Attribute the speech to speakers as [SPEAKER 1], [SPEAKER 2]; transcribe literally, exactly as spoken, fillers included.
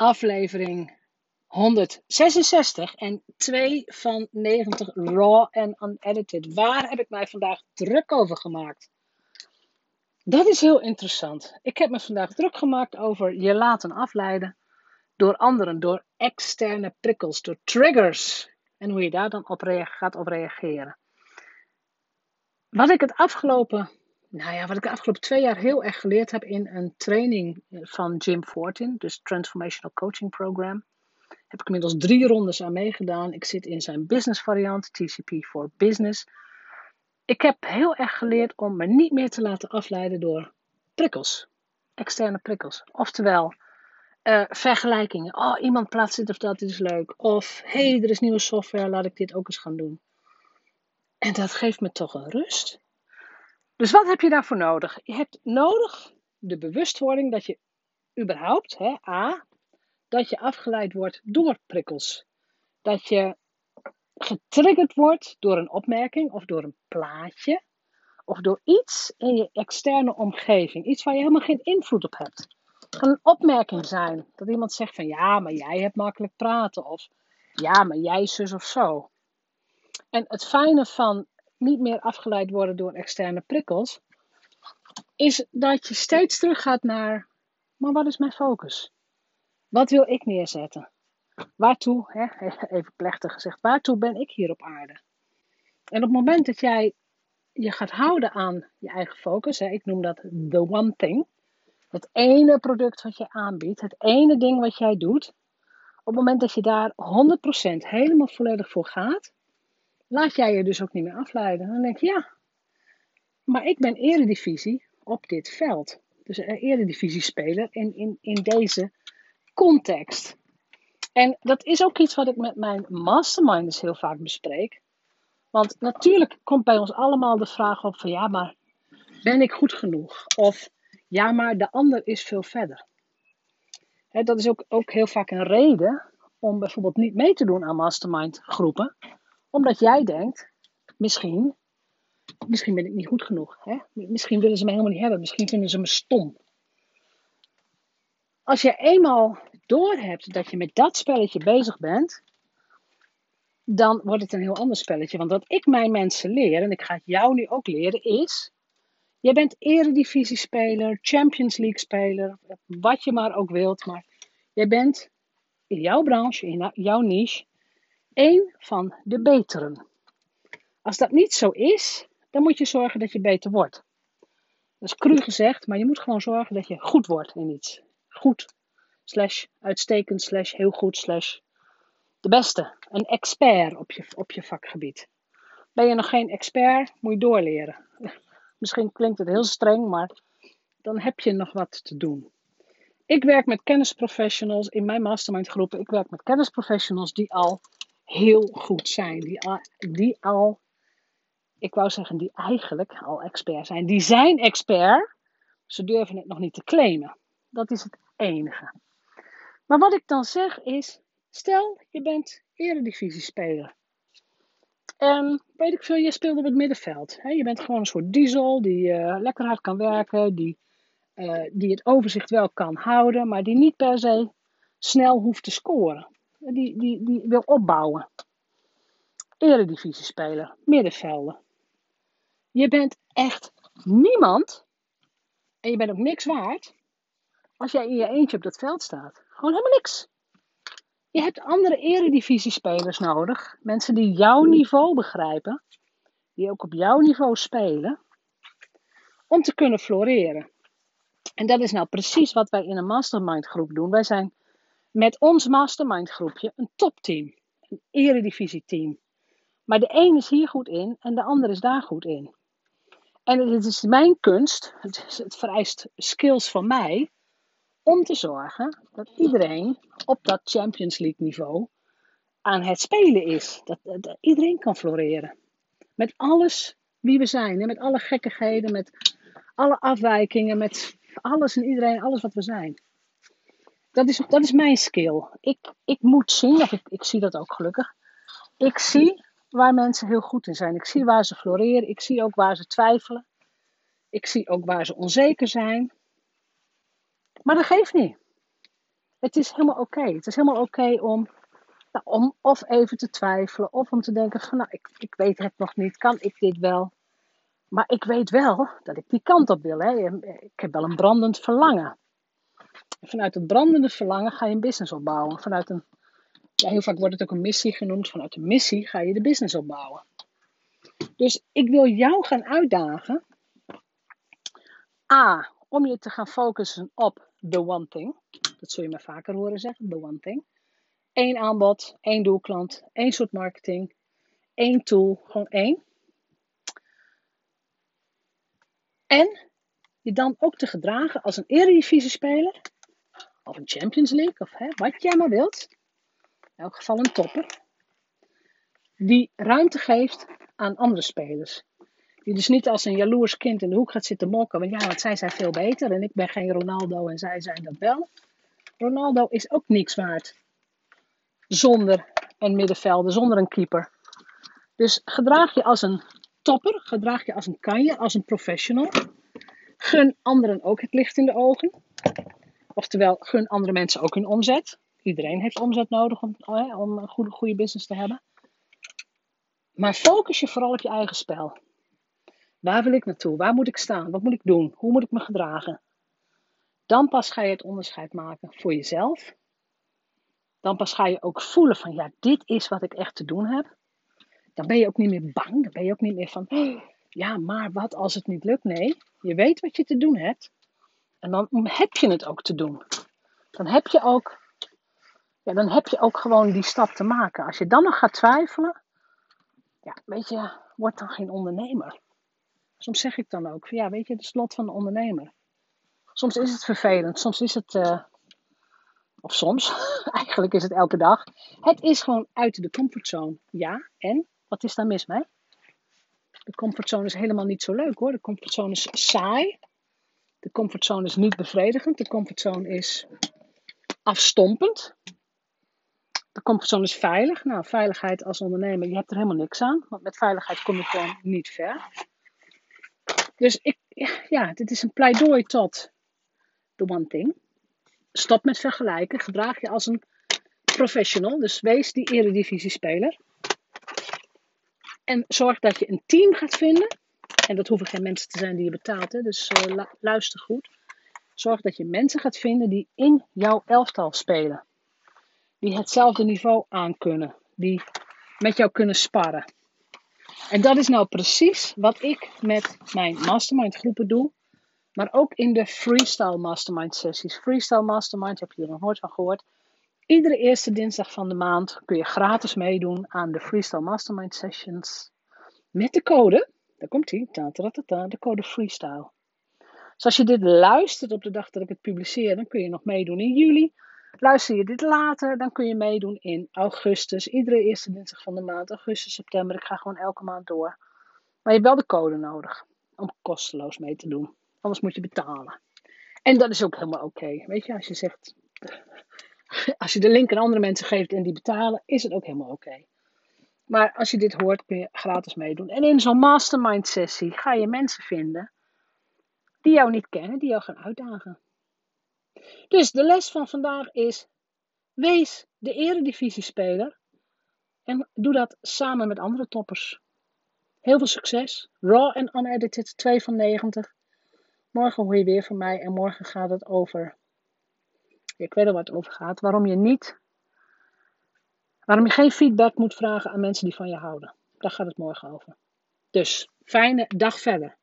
[SPEAKER 1] aflevering honderdzesenzestig en twee van negentig raw en unedited. Waar heb ik mij vandaag druk over gemaakt? Dat is heel interessant. Ik heb me vandaag druk gemaakt over je laten afleiden door anderen, door externe prikkels, door triggers. En hoe je daar dan op rea- gaat op reageren. Wat ik het afgelopen, nou ja, wat ik de afgelopen twee jaar heel erg geleerd heb in een training van Jim Fortin, dus Transformational Coaching Program, heb ik inmiddels drie rondes aan meegedaan. Ik zit in zijn business variant, T C P voor Business. Ik heb heel erg geleerd om me niet meer te laten afleiden door prikkels, externe prikkels. Oftewel, uh, vergelijkingen. Oh, iemand plaatst dit of dat, dit is leuk. Of, hé, hey, er is nieuwe software, laat ik dit ook eens gaan doen. En dat geeft me toch een rust. Dus wat heb je daarvoor nodig? Je hebt nodig de bewustwording dat je überhaupt, hè, A, dat je afgeleid wordt door prikkels. Dat je getriggerd wordt door een opmerking of door een plaatje. Of door iets in je externe omgeving. Iets waar je helemaal geen invloed op hebt. Het kan een opmerking zijn. Dat iemand zegt van ja, maar jij hebt makkelijk praten. Of ja, maar jij zus of zo. En het fijne van niet meer afgeleid worden door externe prikkels. Is dat je steeds teruggaat naar, maar wat is mijn focus? Wat wil ik neerzetten? Waartoe, hè, even plechtig gezegd, waartoe ben ik hier op aarde? En op het moment dat jij je gaat houden aan je eigen focus, hè, ik noem dat the one thing, het ene product wat je aanbiedt, het ene ding wat jij doet, op het moment dat je daar honderd procent helemaal volledig voor gaat, laat jij je dus ook niet meer afleiden. Dan denk je, ja, maar ik ben eredivisie op dit veld. Dus een eredivisiespeler in, in, in deze context. En dat is ook iets wat ik met mijn masterminders heel vaak bespreek. Want natuurlijk komt bij ons allemaal de vraag op van ja, maar ben ik goed genoeg? Of ja, maar de ander is veel verder. He, dat is ook, ook heel vaak een reden om bijvoorbeeld niet mee te doen aan mastermind groepen. Omdat jij denkt, misschien, misschien ben ik niet goed genoeg. Hè? Misschien willen ze me helemaal niet hebben. Misschien vinden ze me stom. Als je eenmaal doorhebt dat je met dat spelletje bezig bent, dan wordt het een heel ander spelletje. Want wat ik mijn mensen leer, en ik ga het jou nu ook leren, is, jij bent eredivisiespeler, Champions League speler, wat je maar ook wilt, maar jij bent in jouw branche, in jouw niche, één van de beteren. Als dat niet zo is, dan moet je zorgen dat je beter wordt. Dat is cru gezegd, maar je moet gewoon zorgen dat je goed wordt in iets. Goed, slash uitstekend, slash heel goed, slash de beste. Een expert op je, op je vakgebied. Ben je nog geen expert, moet je doorleren. Misschien klinkt het heel streng, maar dan heb je nog wat te doen. Ik werk met kennisprofessionals in mijn mastermind groepen. Ik werk met kennisprofessionals die al heel goed zijn. Die al, die al, ik wou zeggen die eigenlijk al expert zijn. Die zijn expert. Ze durven het nog niet te claimen. Dat is het enige. Maar wat ik dan zeg is, stel je bent eredivisiespeler. En weet ik veel, je speelt op het middenveld. Je bent gewoon een soort diesel die uh, lekker hard kan werken. Die, uh, die het overzicht wel kan houden. Maar die niet per se snel hoeft te scoren. Die, die, die wil opbouwen. Eredivisiespeler, middenvelden. Je bent echt niemand. En je bent ook niks waard. Als jij in je eentje op dat veld staat. Gewoon helemaal niks. Je hebt andere eredivisiespelers nodig. Mensen die jouw niveau begrijpen. Die ook op jouw niveau spelen. Om te kunnen floreren. En dat is nou precies wat wij in een mastermind groep doen. Wij zijn met ons mastermind groepje een topteam. Een eredivisieteam. Maar de een is hier goed in en de ander is daar goed in. En het is mijn kunst, het, is, het vereist skills van mij, om te zorgen dat iedereen op dat Champions League niveau aan het spelen is. Dat, dat, dat iedereen kan floreren. Met alles wie we zijn. Met alle gekkigheden, met alle afwijkingen, met alles en iedereen, alles wat we zijn. Dat is, dat is mijn skill. Ik, ik moet zien, of ik, ik zie dat ook gelukkig. Ik zie waar mensen heel goed in zijn. Ik zie waar ze floreren. Ik zie ook waar ze twijfelen. Ik zie ook waar ze onzeker zijn. Maar dat geeft niet. Het is helemaal oké. Het is helemaal oké om, nou, om of even te twijfelen. Of om te denken van, nou, ik, ik weet het nog niet. Kan ik dit wel? Maar ik weet wel dat ik die kant op wil. Hè. Ik heb wel een brandend verlangen. En vanuit het brandende verlangen ga je een business opbouwen. Vanuit een, ja, heel vaak wordt het ook een missie genoemd. Vanuit een missie ga je de business opbouwen. Dus ik wil jou gaan uitdagen. A, om je te gaan focussen op the one thing. Dat zul je me vaker horen zeggen, the one thing. Eén aanbod, één doelklant, één soort marketing, één tool, gewoon één. En je dan ook te gedragen als een eredivisie-speler, of een Champions League, of hè, wat jij maar wilt. In elk geval een topper. Die ruimte geeft aan andere spelers. Die dus niet als een jaloers kind in de hoek gaat zitten mokken. Want ja, want zij zijn veel beter en ik ben geen Ronaldo en zij zijn dat wel. Ronaldo is ook niks waard. Zonder een middenvelder, zonder een keeper. Dus gedraag je als een topper, gedraag je als een kanjer, als een professional. Gun anderen ook het licht in de ogen. Oftewel, gun andere mensen ook hun omzet. Iedereen heeft omzet nodig om, om een goede, goede business te hebben. Maar focus je vooral op je eigen spel. Waar wil ik naartoe? Waar moet ik staan? Wat moet ik doen? Hoe moet ik me gedragen? Dan pas ga je het onderscheid maken voor jezelf. Dan pas ga je ook voelen van, ja, dit is wat ik echt te doen heb. Dan ben je ook niet meer bang. Dan ben je ook niet meer van, ja, maar wat als het niet lukt? Nee, je weet wat je te doen hebt. En dan heb je het ook te doen. Dan heb je ook, ja, dan heb je ook gewoon die stap te maken. Als je dan nog gaat twijfelen, ja, weet je, word dan geen ondernemer. Soms zeg ik dan ook, ja, weet je, het is het lot van de ondernemer. Soms is het vervelend, soms is het, uh, of soms, eigenlijk is het elke dag. Het is gewoon uit de comfortzone. Ja, en? Wat is daar mis mee? De comfortzone is helemaal niet zo leuk hoor. De comfortzone is saai. De comfortzone is niet bevredigend. De comfortzone is afstompend. De comfortzone is veilig. Nou, veiligheid als ondernemer, je hebt er helemaal niks aan. Want met veiligheid kom je gewoon niet ver. Dus ik, ja, dit is een pleidooi tot the one thing. Stop met vergelijken. Gedraag je als een professional. Dus wees die eredivisie-speler. En zorg dat je een team gaat vinden. En dat hoeven geen mensen te zijn die je betaalt. Hè? Dus uh, luister goed. Zorg dat je mensen gaat vinden die in jouw elftal spelen. Die hetzelfde niveau aankunnen. Die met jou kunnen sparren. En dat is nou precies wat ik met mijn mastermind groepen doe. Maar ook in de freestyle mastermind sessies. Freestyle mastermind, heb je er nog nooit van gehoord. Iedere eerste dinsdag van de maand kun je gratis meedoen aan de freestyle mastermind sessions. Met de code, daar komt ie, de code freestyle. Dus als je dit luistert op de dag dat ik het publiceer, dan kun je nog meedoen in juli. Luister je dit later, dan kun je meedoen in augustus. Iedere eerste dinsdag van de maand, augustus, september. Ik ga gewoon elke maand door. Maar je hebt wel de code nodig om kosteloos mee te doen. Anders moet je betalen. En dat is ook helemaal oké. Okay. Weet je, als je zegt, als je de link aan andere mensen geeft en die betalen, is het ook helemaal oké. Okay. Maar als je dit hoort, kun je gratis meedoen. En in zo'n mastermind sessie ga je mensen vinden die jou niet kennen, die jou gaan uitdagen. Dus de les van vandaag is, wees de eredivisiespeler en doe dat samen met andere toppers. Heel veel succes. Raw en unedited, twee van negentig. Morgen hoor je weer van mij en morgen gaat het over, ik weet al waar het over gaat, waarom je niet, waarom je geen feedback moet vragen aan mensen die van je houden. Daar gaat het morgen over. Dus, fijne dag verder.